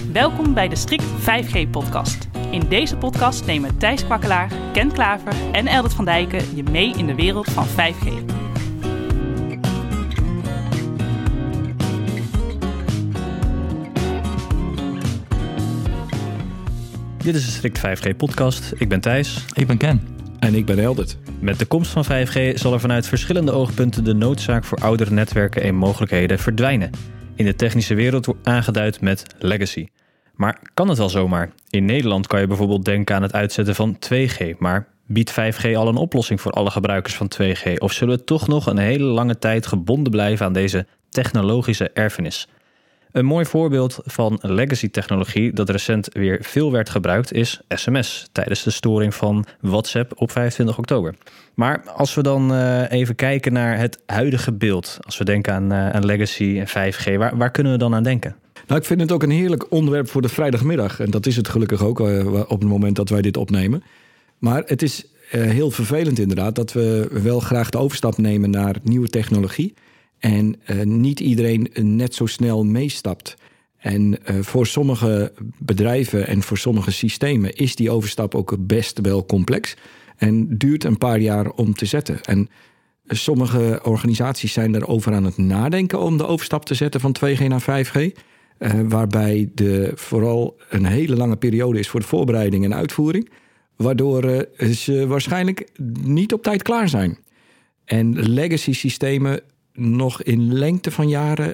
Welkom bij de Strict 5G-podcast. In deze podcast nemen Thijs Kwakkelaar, Ken Klaver en Eldert van Dijken je mee in de wereld van 5G. Dit is de Strict 5G-podcast. Ik ben Thijs. Ik ben Ken. En ik ben Eldert. Met de komst van 5G zal er vanuit verschillende oogpunten de noodzaak voor oudere netwerken en mogelijkheden verdwijnen. In de technische wereld wordt aangeduid met legacy. Maar kan het wel zomaar? In Nederland kan je bijvoorbeeld denken aan het uitzetten van 2G. Maar biedt 5G al een oplossing voor alle gebruikers van 2G? Of zullen we toch nog een hele lange tijd gebonden blijven aan deze technologische erfenis? Een mooi voorbeeld van legacy-technologie dat recent weer veel werd gebruikt is sms tijdens de storing van WhatsApp op 25 oktober. Maar als we dan even kijken naar het huidige beeld, als we denken aan legacy en 5G, waar kunnen we dan aan denken? Nou, ik vind het ook een heerlijk onderwerp voor de vrijdagmiddag. En dat is het gelukkig ook op het moment dat wij dit opnemen. Maar het is heel vervelend inderdaad dat we wel graag de overstap nemen naar nieuwe technologie. En niet iedereen net zo snel meestapt. En voor sommige bedrijven en voor sommige systemen is die overstap ook best wel complex. En duurt een paar jaar om te zetten. En sommige organisaties zijn erover aan het nadenken om de overstap te zetten van 2G naar 5G. Waarbij vooral een hele lange periode is voor de voorbereiding en uitvoering. Waardoor ze waarschijnlijk niet op tijd klaar zijn. En legacy systemen nog in lengte van jaren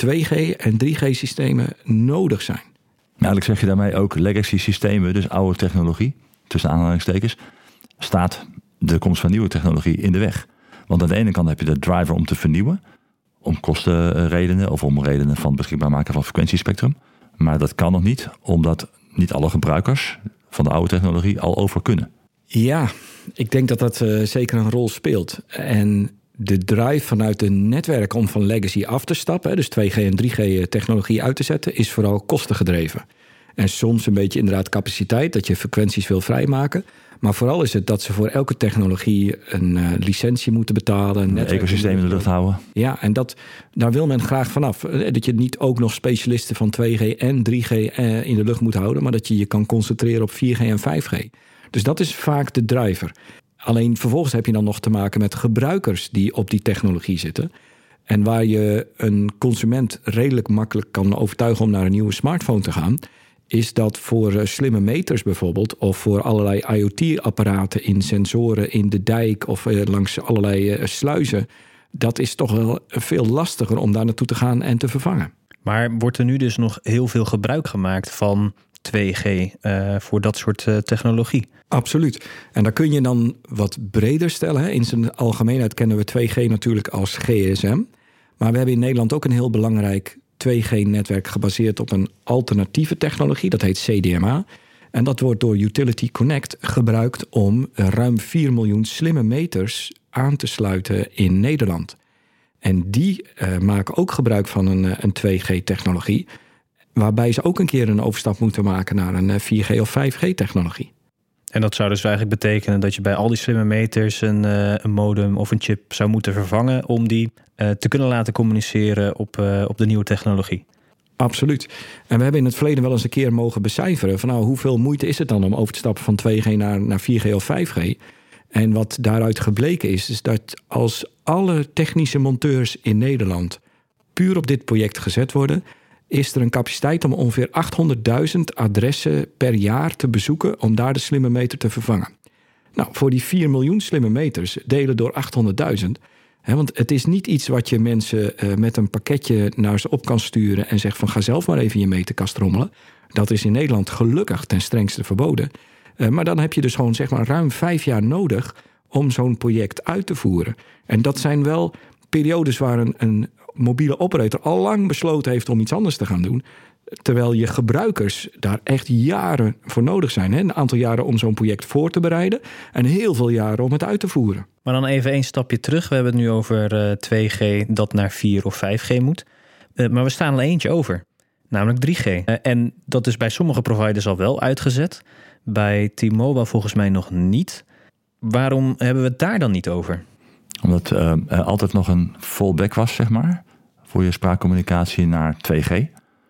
2G en 3G systemen nodig zijn. Eigenlijk zeg je daarmee ook legacy systemen, dus oude technologie, tussen aanhalingstekens, staat de komst van nieuwe technologie in de weg. Want aan de ene kant heb je de driver om te vernieuwen, om kostenredenen of om redenen van beschikbaar maken van frequentiespectrum. Maar dat kan nog niet, omdat niet alle gebruikers van de oude technologie al over kunnen. Ja, ik denk dat dat zeker een rol speelt. En de drive vanuit de netwerken om van legacy af te stappen, dus 2G en 3G technologie uit te zetten, is vooral kostengedreven. En soms een beetje inderdaad capaciteit, dat je frequenties wil vrijmaken. Maar vooral is het dat ze voor elke technologie een licentie moeten betalen. Een ecosysteem in de lucht houden. Ja, en daar wil men graag vanaf. Dat je niet ook nog specialisten van 2G en 3G in de lucht moet houden, maar dat je je kan concentreren op 4G en 5G. Dus dat is vaak de driver. Alleen vervolgens heb je dan nog te maken met gebruikers die op die technologie zitten. En waar je een consument redelijk makkelijk kan overtuigen om naar een nieuwe smartphone te gaan, is dat voor slimme meters bijvoorbeeld, of voor allerlei IoT-apparaten in sensoren in de dijk of langs allerlei sluizen, dat is toch wel veel lastiger om daar naartoe te gaan en te vervangen. Maar wordt er nu dus nog heel veel gebruik gemaakt van 2G voor dat soort technologie? Absoluut. En daar kun je dan wat breder stellen. Hè. In zijn algemeenheid kennen we 2G natuurlijk als GSM. Maar we hebben in Nederland ook een heel belangrijk 2G-netwerk gebaseerd op een alternatieve technologie. Dat heet CDMA. En dat wordt door Utility Connect gebruikt om ruim 4 miljoen slimme meters aan te sluiten in Nederland. En die maken ook gebruik van een 2G-technologie. Waarbij ze ook een keer een overstap moeten maken naar een 4G of 5G-technologie. En dat zou dus eigenlijk betekenen dat je bij al die slimme meters een modem of een chip zou moeten vervangen om die te kunnen laten communiceren op de nieuwe technologie. Absoluut. En we hebben in het verleden wel eens een keer mogen becijferen van hoeveel moeite is het dan om over te stappen van 2G naar 4G of 5G. En wat daaruit gebleken is dat als alle technische monteurs in Nederland puur op dit project gezet worden, is er een capaciteit om ongeveer 800.000 adressen per jaar te bezoeken om daar de slimme meter te vervangen. Nou, voor die 4 miljoen slimme meters delen door 800.000. Want het is niet iets wat je mensen met een pakketje naar ze op kan sturen en zegt van ga zelf maar even je meterkast rommelen. Dat is in Nederland gelukkig ten strengste verboden. Maar dan heb je dus gewoon zeg maar ruim 5 jaar nodig om zo'n project uit te voeren. En dat zijn wel periodes waar een mobiele operator al lang besloten heeft om iets anders te gaan doen. Terwijl je gebruikers daar echt jaren voor nodig zijn. Hè? Een aantal jaren om zo'n project voor te bereiden en heel veel jaren om het uit te voeren. Maar dan even een stapje terug. We hebben het nu over 2G dat naar 4 of 5G moet. Maar we staan al eentje over, namelijk 3G. En dat is bij sommige providers al wel uitgezet. Bij T-Mobile volgens mij nog niet. Waarom hebben we het daar dan niet over? Omdat er altijd nog een fallback was, zeg maar, voor je spraakcommunicatie naar 2G.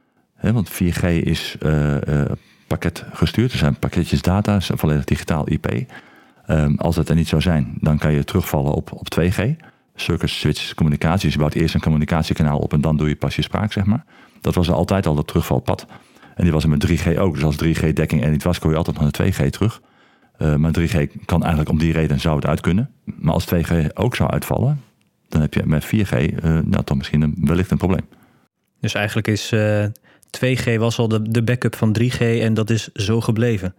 Want 4G is pakket gestuurd. Er zijn pakketjes data, volledig digitaal IP. Als dat er niet zou zijn, dan kan je terugvallen op 2G. Circuit switch communicatie. Dus je bouwt eerst een communicatiekanaal op en dan doe je pas je spraak, zeg maar. Dat was er altijd al, dat terugvalpad. En die was er met 3G ook. Dus als 3G-dekking er niet was, kon je altijd naar de 2G terug. Maar 3G kan eigenlijk om die reden zou het uit kunnen. Maar als 2G ook zou uitvallen, dan heb je met 4G dan misschien wellicht een probleem. Dus eigenlijk is 2G was al de backup van 3G en dat is zo gebleven?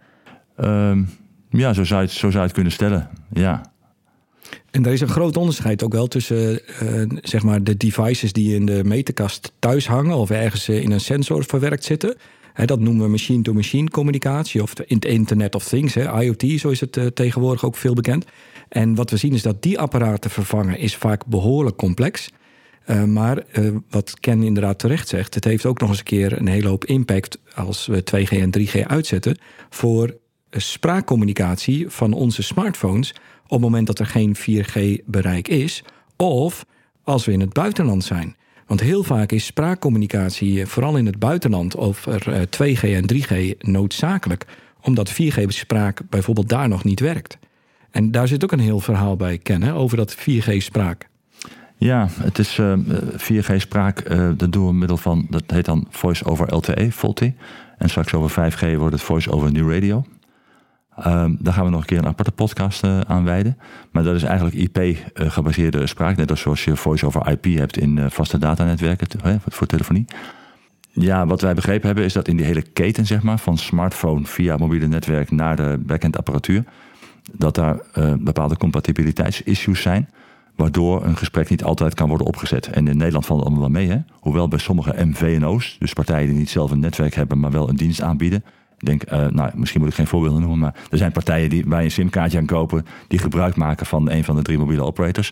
Ja, zo zou je het kunnen stellen, ja. En er is een groot onderscheid ook wel tussen zeg maar de devices die in de meterkast thuis hangen of ergens in een sensor verwerkt zitten. Dat noemen we machine-to-machine communicatie of Internet of Things, IoT, zo is het tegenwoordig ook veel bekend. En wat we zien is dat die apparaten vervangen is vaak behoorlijk complex. Maar wat Ken inderdaad terecht zegt, het heeft ook nog eens een keer een hele hoop impact als we 2G en 3G uitzetten voor spraakcommunicatie van onze smartphones op het moment dat er geen 4G-bereik is of als we in het buitenland zijn. Want heel vaak is spraakcommunicatie, vooral in het buitenland, over 2G en 3G noodzakelijk, omdat 4G-spraak bijvoorbeeld daar nog niet werkt. En daar zit ook een heel verhaal bij, Ken, over dat 4G-spraak. Ja, het is 4G-spraak, dat doen we middel van, dat heet dan Voice over LTE, VoLTE. En straks over 5G wordt het Voice over New Radio. Daar gaan we nog een keer een aparte podcast aan wijden. Maar dat is eigenlijk IP-gebaseerde spraak. Net als zoals je Voice over IP hebt in vaste datanetwerken voor telefonie. Ja, wat wij begrepen hebben is dat in die hele keten, zeg maar, van smartphone via mobiele netwerk naar de back-end apparatuur, dat daar bepaalde compatibiliteitsissues zijn, waardoor een gesprek niet altijd kan worden opgezet. En in Nederland valt het allemaal wel mee, hè? Hoewel bij sommige MVNO's, dus partijen die niet zelf een netwerk hebben, maar wel een dienst aanbieden. Ik denk, misschien moet ik geen voorbeelden noemen, maar er zijn partijen waar je een simkaartje aan kopen, die gebruik maken van een van de 3 mobiele operators.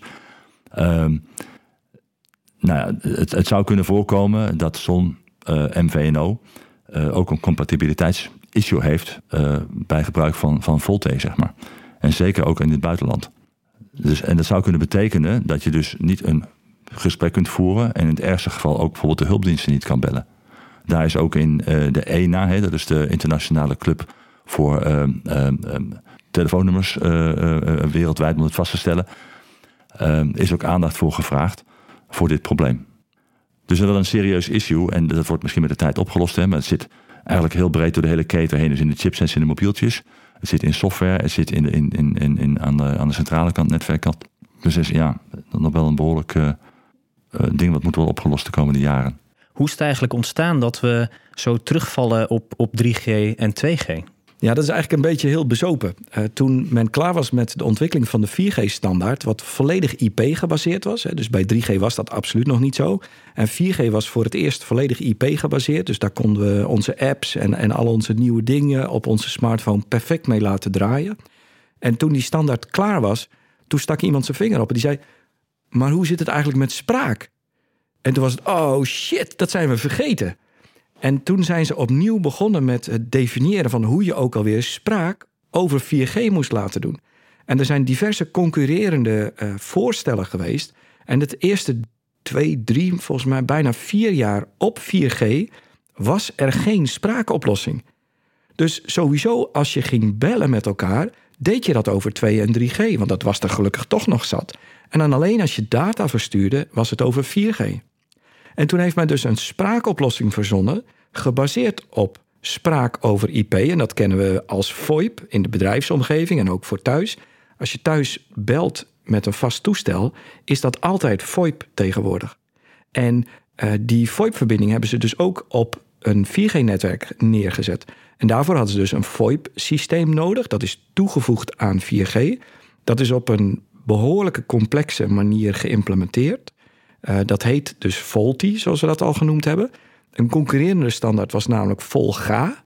Het zou kunnen voorkomen dat zo'n MVNO ook een compatibiliteitsissue heeft bij gebruik van VoLTE, zeg maar. En zeker ook in het buitenland. En dat zou kunnen betekenen dat je dus niet een gesprek kunt voeren en in het ergste geval ook bijvoorbeeld de hulpdiensten niet kan bellen. Daar is ook in de ENA, dat is de internationale club voor telefoonnummers wereldwijd, om het vast te stellen, is ook aandacht voor gevraagd voor dit probleem. Dus dat is een serieus issue en dat wordt misschien met de tijd opgelost, maar het zit eigenlijk heel breed door de hele keten heen. Dus in de chipsets, in de mobieltjes, het zit in software, het zit aan de centrale kant, netwerkkant. Dus is nog wel een behoorlijk ding wat moet worden opgelost de komende jaren. Hoe is het eigenlijk ontstaan dat we zo terugvallen op 3G en 2G? Ja, dat is eigenlijk een beetje heel bezopen. Toen men klaar was met de ontwikkeling van de 4G-standaard, wat volledig IP gebaseerd was. Dus bij 3G was dat absoluut nog niet zo. En 4G was voor het eerst volledig IP gebaseerd. Dus daar konden we onze apps en al onze nieuwe dingen op onze smartphone perfect mee laten draaien. En toen die standaard klaar was, toen stak iemand zijn vinger op en die zei, maar hoe zit het eigenlijk met spraak? En toen was het, oh shit, dat zijn we vergeten. En toen zijn ze opnieuw begonnen met het definiëren van hoe je ook alweer spraak over 4G moest laten doen. En er zijn diverse concurrerende voorstellen geweest. En het eerste 2, 3, volgens mij bijna 4 jaar op 4G was er geen spraakoplossing. Dus sowieso als je ging bellen met elkaar, deed je dat over 2 en 3G. Want dat was er gelukkig toch nog zat. En dan alleen als je data verstuurde, was het over 4G. En toen heeft men dus een spraakoplossing verzonnen, gebaseerd op spraak over IP. En dat kennen we als VoIP in de bedrijfsomgeving en ook voor thuis. Als je thuis belt met een vast toestel, is dat altijd VoIP tegenwoordig. En die VoIP-verbinding hebben ze dus ook op een 4G-netwerk neergezet. En daarvoor hadden ze dus een VoIP-systeem nodig. Dat is toegevoegd aan 4G. Dat is op een behoorlijke complexe manier geïmplementeerd. Dat heet dus VoLTE, zoals we dat al genoemd hebben. Een concurrerende standaard was namelijk VOLGA,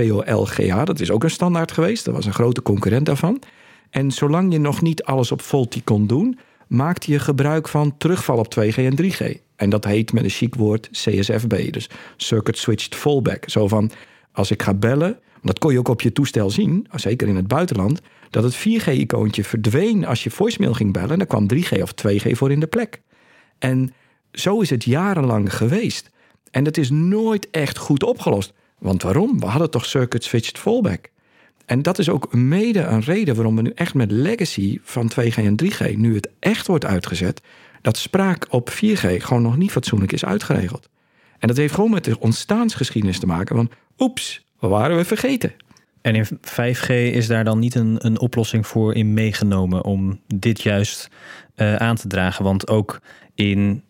VOLGA. Dat is ook een standaard geweest. Dat was een grote concurrent daarvan. En zolang je nog niet alles op VoLTE kon doen, maakte je gebruik van terugval op 2G en 3G. En dat heet met een chic woord CSFB, dus Circuit Switched Fallback. Zo van, als ik ga bellen, dat kon je ook op je toestel zien, zeker in het buitenland, dat het 4G-icoontje verdween als je voicemail ging bellen. En daar kwam 3G of 2G voor in de plek. En zo is het jarenlang geweest. En dat is nooit echt goed opgelost. Want waarom? We hadden toch circuit switched fallback. En dat is ook mede een reden waarom we nu echt met legacy van 2G en 3G... nu het echt wordt uitgezet, dat spraak op 4G gewoon nog niet fatsoenlijk is uitgeregeld. En dat heeft gewoon met de ontstaansgeschiedenis te maken. Want oeps, wat waren we vergeten? En in 5G is daar dan niet een oplossing voor in meegenomen om dit juist aan te dragen? Want ook in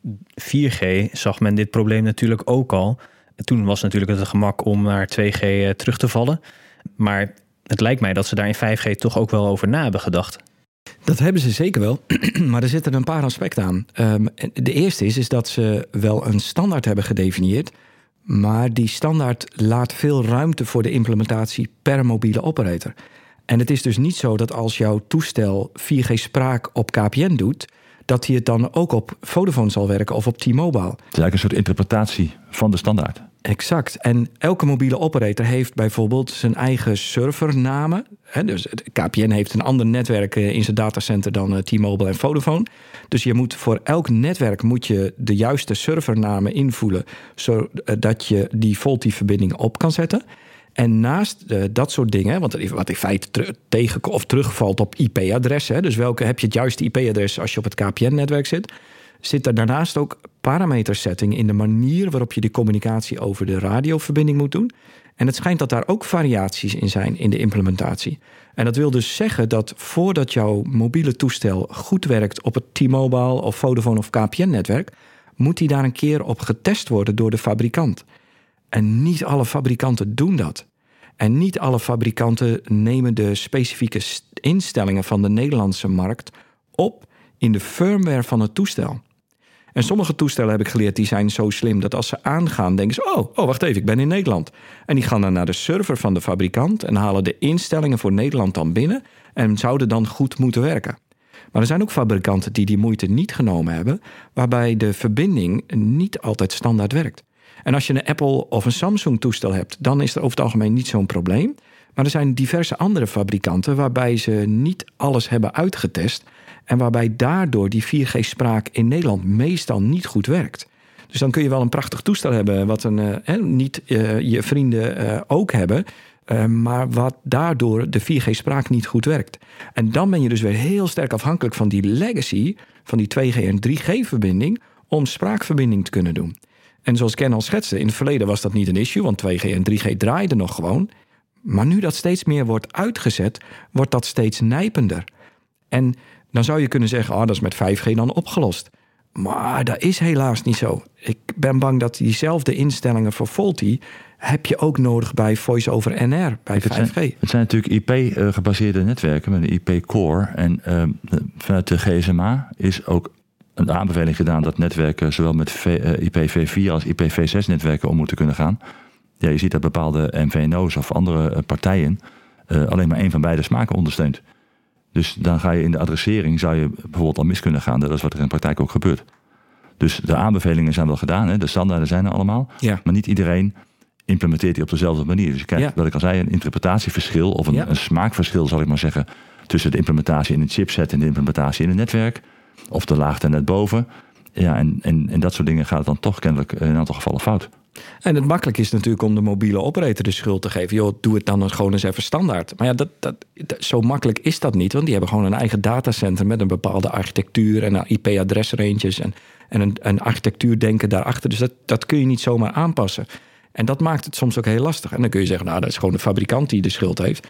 4G zag men dit probleem natuurlijk ook al. Toen was natuurlijk het gemak om naar 2G terug te vallen. Maar het lijkt mij dat ze daar in 5G toch ook wel over na hebben gedacht. Dat hebben ze zeker wel, maar er zitten een paar aspecten aan. De eerste is dat ze wel een standaard hebben gedefinieerd, maar die standaard laat veel ruimte voor de implementatie per mobiele operator. En het is dus niet zo dat als jouw toestel 4G spraak op KPN doet, dat hij het dan ook op Vodafone zal werken of op T-Mobile. Het is eigenlijk een soort interpretatie van de standaard. Exact. En elke mobiele operator heeft bijvoorbeeld zijn eigen servernamen. Dus KPN heeft een ander netwerk in zijn datacenter dan T-Mobile en Vodafone. Dus je moet voor elk netwerk moet je de juiste servernamen invoelen, zodat je die VoLTE-verbinding op kan zetten. En naast dat soort dingen, want wat in feite terugvalt op IP-adressen, dus welke heb je het juiste IP-adres als je op het KPN-netwerk zit er daarnaast ook parametersetting in de manier waarop je de communicatie over de radioverbinding moet doen. En het schijnt dat daar ook variaties in zijn in de implementatie. En dat wil dus zeggen dat voordat jouw mobiele toestel goed werkt op het T-Mobile of Vodafone of KPN-netwerk, moet die daar een keer op getest worden door de fabrikant. En niet alle fabrikanten doen dat. En niet alle fabrikanten nemen de specifieke instellingen van de Nederlandse markt op in de firmware van het toestel. En sommige toestellen, heb ik geleerd, die zijn zo slim dat als ze aangaan, denken ze, oh, wacht even, ik ben in Nederland. En die gaan dan naar de server van de fabrikant en halen de instellingen voor Nederland dan binnen en zouden dan goed moeten werken. Maar er zijn ook fabrikanten die moeite niet genomen hebben, waarbij de verbinding niet altijd standaard werkt. En als je een Apple of een Samsung toestel hebt, dan is er over het algemeen niet zo'n probleem. Maar er zijn diverse andere fabrikanten waarbij ze niet alles hebben uitgetest en waarbij daardoor die 4G-spraak in Nederland meestal niet goed werkt. Dus dan kun je wel een prachtig toestel hebben, wat niet je vrienden ook hebben, maar wat daardoor de 4G-spraak niet goed werkt. En dan ben je dus weer heel sterk afhankelijk van die legacy, van die 2G en 3G-verbinding, om spraakverbinding te kunnen doen. En zoals Ken al schetste, in het verleden was dat niet een issue, want 2G en 3G draaiden nog gewoon. Maar nu dat steeds meer wordt uitgezet, wordt dat steeds nijpender. En dan zou je kunnen zeggen, dat is met 5G dan opgelost. Maar dat is helaas niet zo. Ik ben bang dat diezelfde instellingen voor VoLTE heb je ook nodig bij Voice over NR, bij 5G. Het zijn natuurlijk IP-gebaseerde netwerken met een IP-core. En vanuit de GSMA is ook een aanbeveling gedaan dat netwerken zowel met IPv4 als IPv6-netwerken om moeten kunnen gaan. Ja, je ziet dat bepaalde MVNO's of andere partijen alleen maar één van beide smaken ondersteunt. Dus dan ga je in de adressering, zou je bijvoorbeeld al mis kunnen gaan. Dat is wat er in de praktijk ook gebeurt. Dus de aanbevelingen zijn wel gedaan, hè? De standaarden zijn er allemaal. Ja. Maar niet iedereen implementeert die op dezelfde manier. Dus je krijgt, wat ik al zei, een interpretatieverschil of een smaakverschil, zal ik maar zeggen, tussen de implementatie in het chipset en de implementatie in het netwerk. Of de laag net boven. Ja, en dat soort dingen gaat het dan toch kennelijk in een aantal gevallen fout. En het makkelijk is natuurlijk om de mobiele operator de schuld te geven. Joh, doe het dan gewoon eens even standaard. Maar ja, zo makkelijk is dat niet. Want die hebben gewoon een eigen datacenter met een bepaalde architectuur en IP-adresranges en een architectuurdenken daarachter. Dus dat kun je niet zomaar aanpassen. En dat maakt het soms ook heel lastig. En dan kun je zeggen, dat is gewoon de fabrikant die de schuld heeft.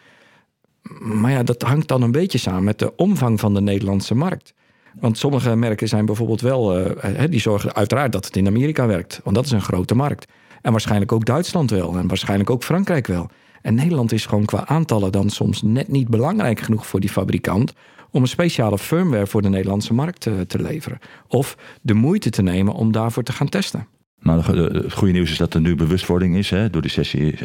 Maar ja, dat hangt dan een beetje samen met de omvang van de Nederlandse markt. Want sommige merken zijn bijvoorbeeld wel, die zorgen uiteraard dat het in Amerika werkt. Want dat is een grote markt. En waarschijnlijk ook Duitsland wel. En waarschijnlijk ook Frankrijk wel. En Nederland is gewoon qua aantallen dan soms net niet belangrijk genoeg voor die fabrikant om een speciale firmware voor de Nederlandse markt te leveren. Of de moeite te nemen om daarvoor te gaan testen. Maar het goede nieuws is dat er nu bewustwording is. Door die sessie,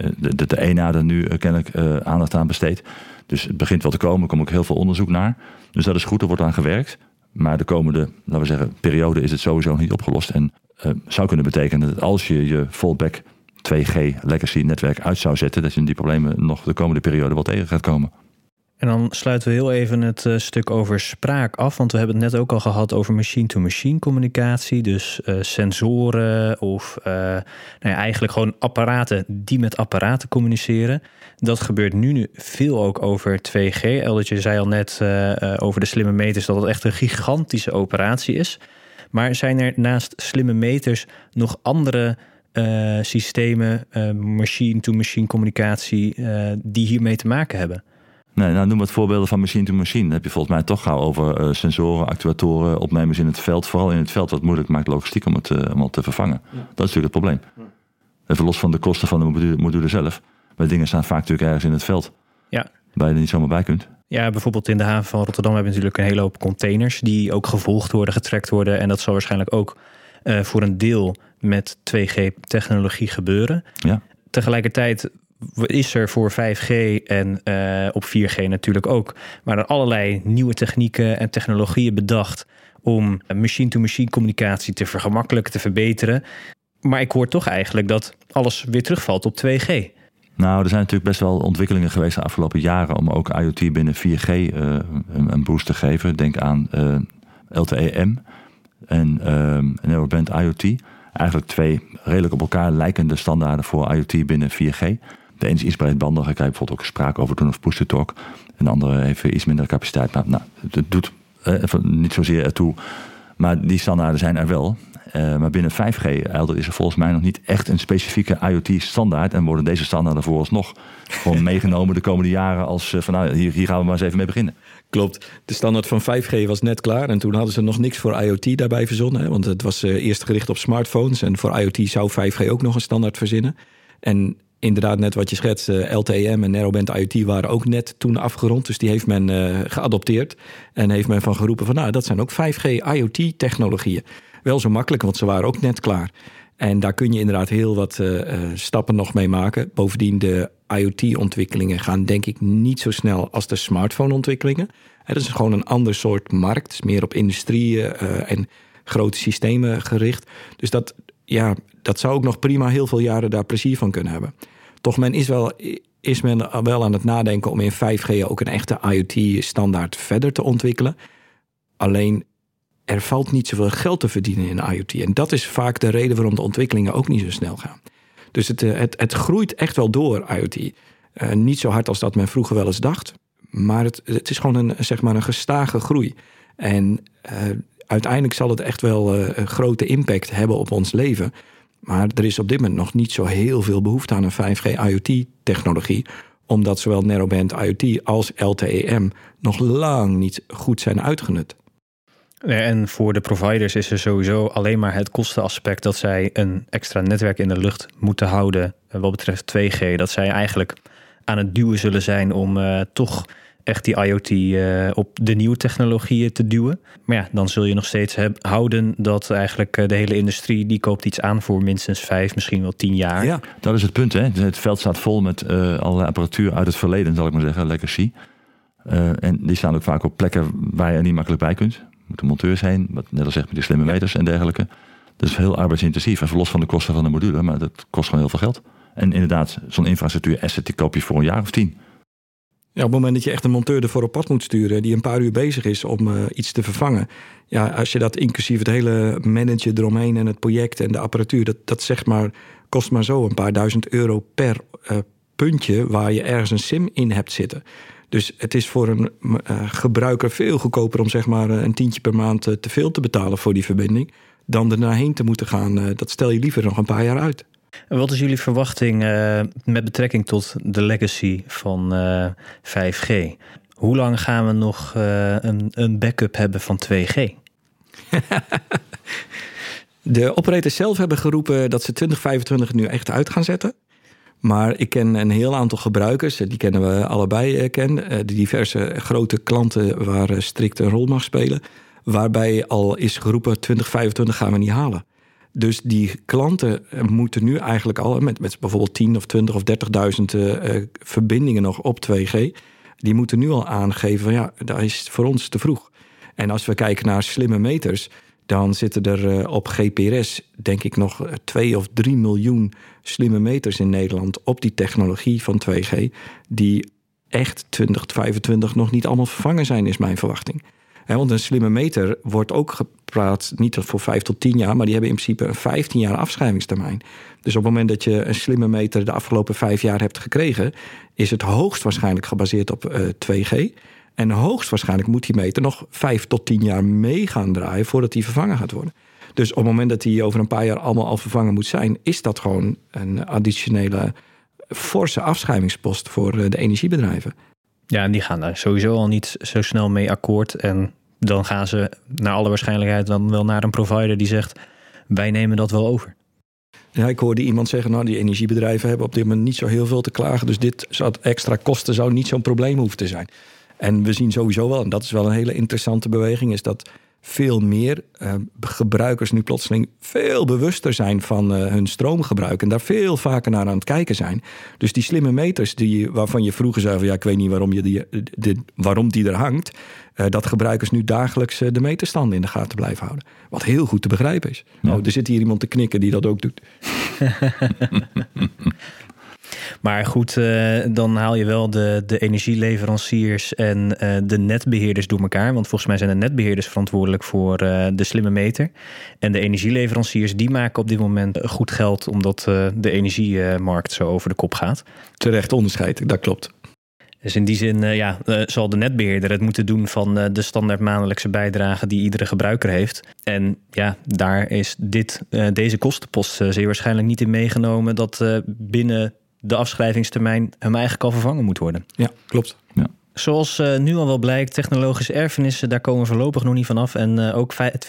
de ENA er nu kennelijk aandacht aan besteedt. Dus het begint wel te komen. Er komt ook heel veel onderzoek naar. Dus dat is goed, er wordt aan gewerkt. Maar de komende, laten we zeggen, periode is het sowieso niet opgelost. En zou kunnen betekenen dat als je fallback 2G legacy netwerk uit zou zetten, dat je die problemen nog de komende periode wel tegen gaat komen. En dan sluiten we heel even het stuk over spraak af. Want we hebben het net ook al gehad over machine-to-machine communicatie. Dus sensoren of eigenlijk gewoon apparaten die met apparaten communiceren. Dat gebeurt nu veel ook over 2G. Eldertje zei al net over de slimme meters dat het echt een gigantische operatie is. Maar zijn er naast slimme meters nog andere systemen, machine-to-machine communicatie, die hiermee te maken hebben? Nee, nou noem wat voorbeelden van machine-to-machine. Dan heb je volgens mij toch gauw over sensoren, actuatoren, opnemers in het veld. Vooral in het veld, wat moeilijk maakt logistiek om het te vervangen. Ja. Dat is natuurlijk het probleem. Ja. Even los van de kosten van de module zelf. Maar dingen staan vaak natuurlijk ergens in het veld. Ja. Waar je er niet zomaar bij kunt. Ja, bijvoorbeeld in de haven van Rotterdam hebben we natuurlijk een hele hoop containers die ook gevolgd worden, getrackt worden. En dat zal waarschijnlijk ook voor een deel met 2G-technologie gebeuren. Ja. Tegelijkertijd is er voor 5G en op 4G natuurlijk ook, maar er allerlei nieuwe technieken en technologieën bedacht om machine-to-machine communicatie te vergemakkelijken, te verbeteren. Maar ik hoor toch eigenlijk dat alles weer terugvalt op 2G. Nou, er zijn natuurlijk best wel ontwikkelingen geweest de afgelopen jaren om ook IoT binnen 4G een boost te geven. Denk aan LTE-M en Narrowband IoT. Eigenlijk 2 redelijk op elkaar lijkende standaarden voor IoT binnen 4G. De ene is iets breedbandiger, kan je bijvoorbeeld ook sprake over doen of push-to-talk. En de andere heeft iets minder capaciteit. Maar het doet niet zozeer ertoe. Maar die standaarden zijn er wel. Maar binnen 5G is er volgens mij nog niet echt een specifieke IoT-standaard. En worden deze standaarden vooralsnog gewoon meegenomen de komende jaren als hier gaan we maar eens even mee beginnen. Klopt. De standaard van 5G was net klaar. En toen hadden ze nog niks voor IoT daarbij verzonnen. Hè? Want het was eerst gericht op smartphones. En voor IoT zou 5G ook nog een standaard verzinnen. En inderdaad, net wat je schetst, LTE-M en Narrowband IoT waren ook net toen afgerond. Dus die heeft men geadopteerd. En heeft men van geroepen van dat zijn ook 5G IoT-technologieën. Wel zo makkelijk, want ze waren ook net klaar. En daar kun je inderdaad heel wat stappen nog mee maken. Bovendien, de IoT-ontwikkelingen gaan denk ik niet zo snel als de smartphone-ontwikkelingen. Dat is gewoon een ander soort markt. Het is meer op industrieën en grote systemen gericht. Dus dat zou ook nog prima heel veel jaren daar plezier van kunnen hebben. Toch is men wel aan het nadenken om in 5G ook een echte IoT-standaard verder te ontwikkelen. Alleen, er valt niet zoveel geld te verdienen in IoT. En dat is vaak de reden waarom de ontwikkelingen ook niet zo snel gaan. Dus het groeit echt wel door, IoT. Niet zo hard als dat men vroeger wel eens dacht. Maar het is gewoon een gestage groei. En uiteindelijk zal het echt wel een grote impact hebben op ons leven. Maar er is op dit moment nog niet zo heel veel behoefte aan een 5G IoT-technologie. Omdat zowel Narrowband IoT als LTE-M nog lang niet goed zijn uitgenut. En voor de providers is er sowieso alleen maar het kostenaspect dat zij een extra netwerk in de lucht moeten houden wat betreft 2G. Dat zij eigenlijk aan het duwen zullen zijn om toch echt die IoT op de nieuwe technologieën te duwen. Maar ja, dan zul je nog steeds houden dat eigenlijk de hele industrie die koopt iets aan voor minstens 5, misschien wel 10 jaar. Ja, dat is het punt. Hè? Het veld staat vol met allerlei apparatuur uit het verleden, zal ik maar zeggen, legacy. En die staan ook vaak op plekken waar je er niet makkelijk bij kunt. Moeten monteurs heen, wat net al zegt met die slimme meters en dergelijke. Dat is heel arbeidsintensief en los van de kosten van de module, maar dat kost gewoon heel veel geld. En inderdaad, zo'n infrastructuur asset die koop je voor een jaar of 10. Ja, op het moment dat je echt een monteur ervoor op pad moet sturen die een paar uur bezig is om iets te vervangen. Ja, als je dat inclusief het hele managen eromheen en het project en de apparatuur, dat zeg maar, kost maar zo een paar €1000 per puntje waar je ergens een SIM in hebt zitten. Dus het is voor een gebruiker veel goedkoper om zeg maar een tientje per maand te veel te betalen voor die verbinding dan er naarheen te moeten gaan. Dat stel je liever nog een paar jaar uit. En wat is jullie verwachting met betrekking tot de legacy van 5G? Hoe lang gaan we nog een backup hebben van 2G? De operators zelf hebben geroepen dat ze 2025 nu echt uit gaan zetten. Maar ik ken een heel aantal gebruikers, die kennen we allebei, de diverse grote klanten waar strikt een rol mag spelen, waarbij al is geroepen 2025 gaan we niet halen. Dus die klanten moeten nu eigenlijk al met bijvoorbeeld 10 of 20 of 30.000 verbindingen nog op 2G, die moeten nu al aangeven van dat is voor ons te vroeg. En als we kijken naar slimme meters, dan zitten er op GPRS denk ik nog 2 of 3 miljoen slimme meters in Nederland op die technologie van 2G, die echt 2025 nog niet allemaal vervangen zijn, is mijn verwachting. Want een slimme meter wordt ook gepraat, niet voor 5 tot 10 jaar... maar die hebben in principe een 15 jaar afschrijvingstermijn. Dus op het moment dat je een slimme meter de afgelopen 5 jaar hebt gekregen... is het hoogstwaarschijnlijk gebaseerd op 2G... En hoogstwaarschijnlijk moet die meter nog 5 tot 10 jaar mee gaan draaien voordat die vervangen gaat worden. Dus op het moment dat die over een paar jaar allemaal al vervangen moet zijn, is dat gewoon een additionele forse afschrijvingspost voor de energiebedrijven. Ja, en die gaan daar sowieso al niet zo snel mee akkoord. En dan gaan ze naar alle waarschijnlijkheid dan wel naar een provider die zegt, wij nemen dat wel over. Ja, ik hoorde iemand zeggen, nou, die energiebedrijven hebben op dit moment niet zo heel veel te klagen. Dus dit soort extra kosten zou niet zo'n probleem hoeven te zijn. En we zien sowieso wel, en dat is wel een hele interessante beweging, is dat veel meer gebruikers nu plotseling veel bewuster zijn van hun stroomgebruik en daar veel vaker naar aan het kijken zijn. Dus die slimme meters waarvan je vroeger zei van, ja, ik weet niet waarom die er hangt, dat gebruikers nu dagelijks de meterstanden in de gaten blijven houden. Wat heel goed te begrijpen is. Ja. Oh, er zit hier iemand te knikken die dat ook doet. Maar goed, dan haal je wel de energieleveranciers en de netbeheerders door elkaar. Want volgens mij zijn de netbeheerders verantwoordelijk voor de slimme meter. En de energieleveranciers die maken op dit moment goed geld omdat de energiemarkt zo over de kop gaat. Terecht onderscheid, dat klopt. Dus in die zin zal de netbeheerder het moeten doen van de standaard maandelijkse bijdrage die iedere gebruiker heeft. En ja, daar is deze kostenpost zeer waarschijnlijk niet in meegenomen dat binnen de afschrijvingstermijn hem eigenlijk al vervangen moet worden. Ja, klopt. Ja. Zoals nu al wel blijkt, technologische erfenissen, daar komen we voorlopig nog niet vanaf. En ook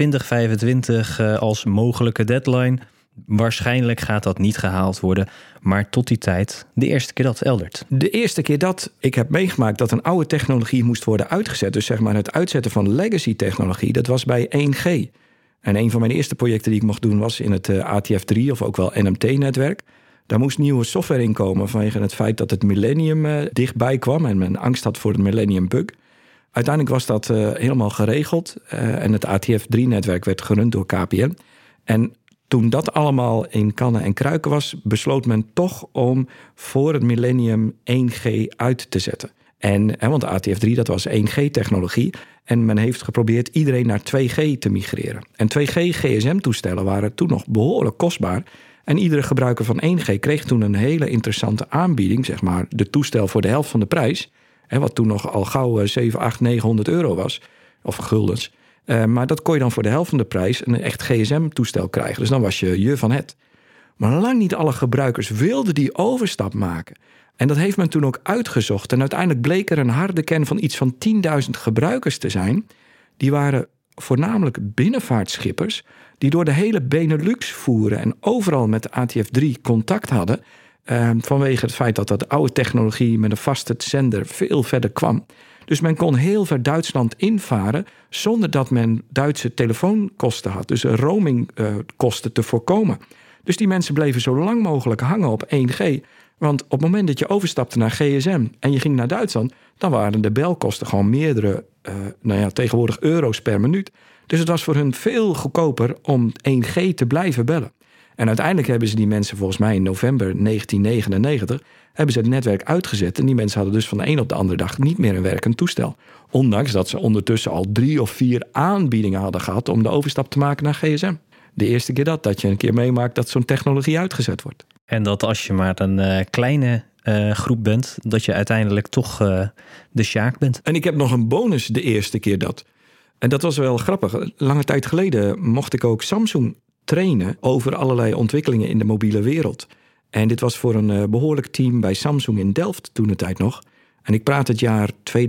2025 als mogelijke deadline. Waarschijnlijk gaat dat niet gehaald worden. Maar tot die tijd, de eerste keer dat, Eldert. De eerste keer dat ik heb meegemaakt dat een oude technologie moest worden uitgezet. Dus zeg maar het uitzetten van legacy technologie, dat was bij 1G. En een van mijn eerste projecten die ik mocht doen was in het ATF3 of ook wel NMT-netwerk. Daar moest nieuwe software in komen vanwege het feit dat het millennium dichtbij kwam en men angst had voor het millennium bug. Uiteindelijk was dat helemaal geregeld en het ATF3-netwerk werd gerund door KPN. En toen dat allemaal in kannen en kruiken was, besloot men toch om voor het millennium 1G uit te zetten. Want ATF3, dat was 1G-technologie. En men heeft geprobeerd iedereen naar 2G te migreren. En 2G GSM-toestellen waren toen nog behoorlijk kostbaar. En iedere gebruiker van 1G kreeg toen een hele interessante aanbieding, zeg maar de toestel voor de helft van de prijs. Wat toen nog al gauw 7, 8, 900 euro was, of guldens. Maar dat kon je dan voor de helft van de prijs een echt GSM-toestel krijgen. Dus dan was je van het. Maar lang niet alle gebruikers wilden die overstap maken. En dat heeft men toen ook uitgezocht. En uiteindelijk bleek er een harde kern van iets van 10.000 gebruikers te zijn. Die waren voornamelijk binnenvaartschippers die door de hele Benelux voeren en overal met de ATF3 contact hadden. Vanwege het feit dat de oude technologie met een vaste zender veel verder kwam. Dus men kon heel ver Duitsland invaren zonder dat men Duitse telefoonkosten had. Dus roamingkosten te voorkomen. Dus die mensen bleven zo lang mogelijk hangen op 1G. Want op het moment dat je overstapte naar GSM en je ging naar Duitsland, dan waren de belkosten gewoon meerdere, tegenwoordig euro's per minuut. Dus het was voor hun veel goedkoper om 1G te blijven bellen. En uiteindelijk hebben ze die mensen volgens mij in november 1999... hebben ze het netwerk uitgezet. En die mensen hadden dus van de een op de andere dag niet meer een werkend toestel. Ondanks dat ze ondertussen al 3 of 4 aanbiedingen hadden gehad om de overstap te maken naar GSM. De eerste keer dat je een keer meemaakt dat zo'n technologie uitgezet wordt. En dat als je maar een kleine groep bent, dat je uiteindelijk toch de sjaak bent. En ik heb nog een bonus de eerste keer dat. En dat was wel grappig. Lange tijd geleden mocht ik ook Samsung trainen over allerlei ontwikkelingen in de mobiele wereld. En dit was voor een behoorlijk team bij Samsung in Delft toen de tijd nog. En ik praat het jaar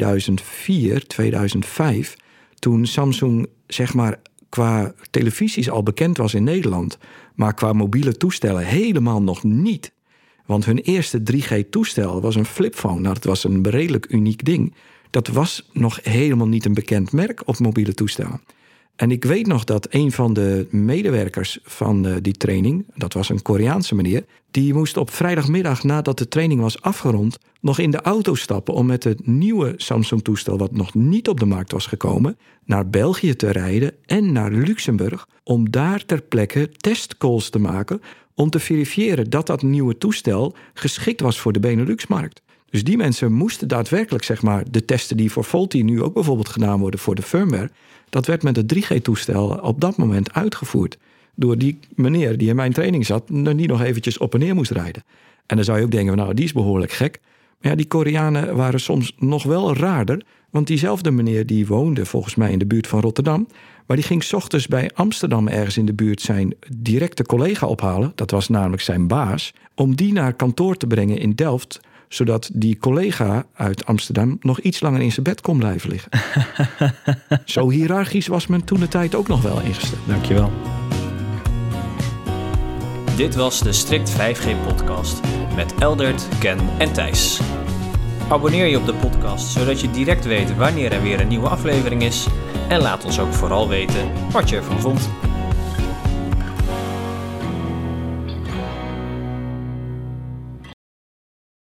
2004, 2005, toen Samsung zeg maar qua televisies al bekend was in Nederland, maar qua mobiele toestellen helemaal nog niet. Want hun eerste 3G-toestel was een flipphone. Nou, dat was een redelijk uniek ding. Dat was nog helemaal niet een bekend merk op mobiele toestellen. En ik weet nog dat een van de medewerkers van die training, dat was een Koreaanse meneer, die moest op vrijdagmiddag nadat de training was afgerond nog in de auto stappen om met het nieuwe Samsung-toestel, wat nog niet op de markt was gekomen, naar België te rijden en naar Luxemburg om daar ter plekke testcalls te maken om te verifiëren dat dat nieuwe toestel geschikt was voor de Benelux-markt. Dus die mensen moesten daadwerkelijk, zeg maar, de testen die voor Faulty nu ook bijvoorbeeld gedaan worden voor de firmware, dat werd met het 3G-toestel op dat moment uitgevoerd. Door die meneer die in mijn training zat, die nog eventjes op en neer moest rijden. En dan zou je ook denken, nou, die is behoorlijk gek. Maar ja, die Koreanen waren soms nog wel raarder. Want diezelfde meneer die woonde volgens mij in de buurt van Rotterdam. Maar die ging 's ochtends bij Amsterdam ergens in de buurt zijn directe collega ophalen. Dat was namelijk zijn baas. Om die naar kantoor te brengen in Delft. Zodat die collega uit Amsterdam nog iets langer in zijn bed kon blijven liggen. Zo hiërarchisch was men toen de tijd ook nog wel ingesteld. Dankjewel. Dit was de Strict 5G-podcast met Eldert, Ken en Thijs. Abonneer je op de podcast, zodat je direct weet wanneer er weer een nieuwe aflevering is. En laat ons ook vooral weten wat je ervan vond.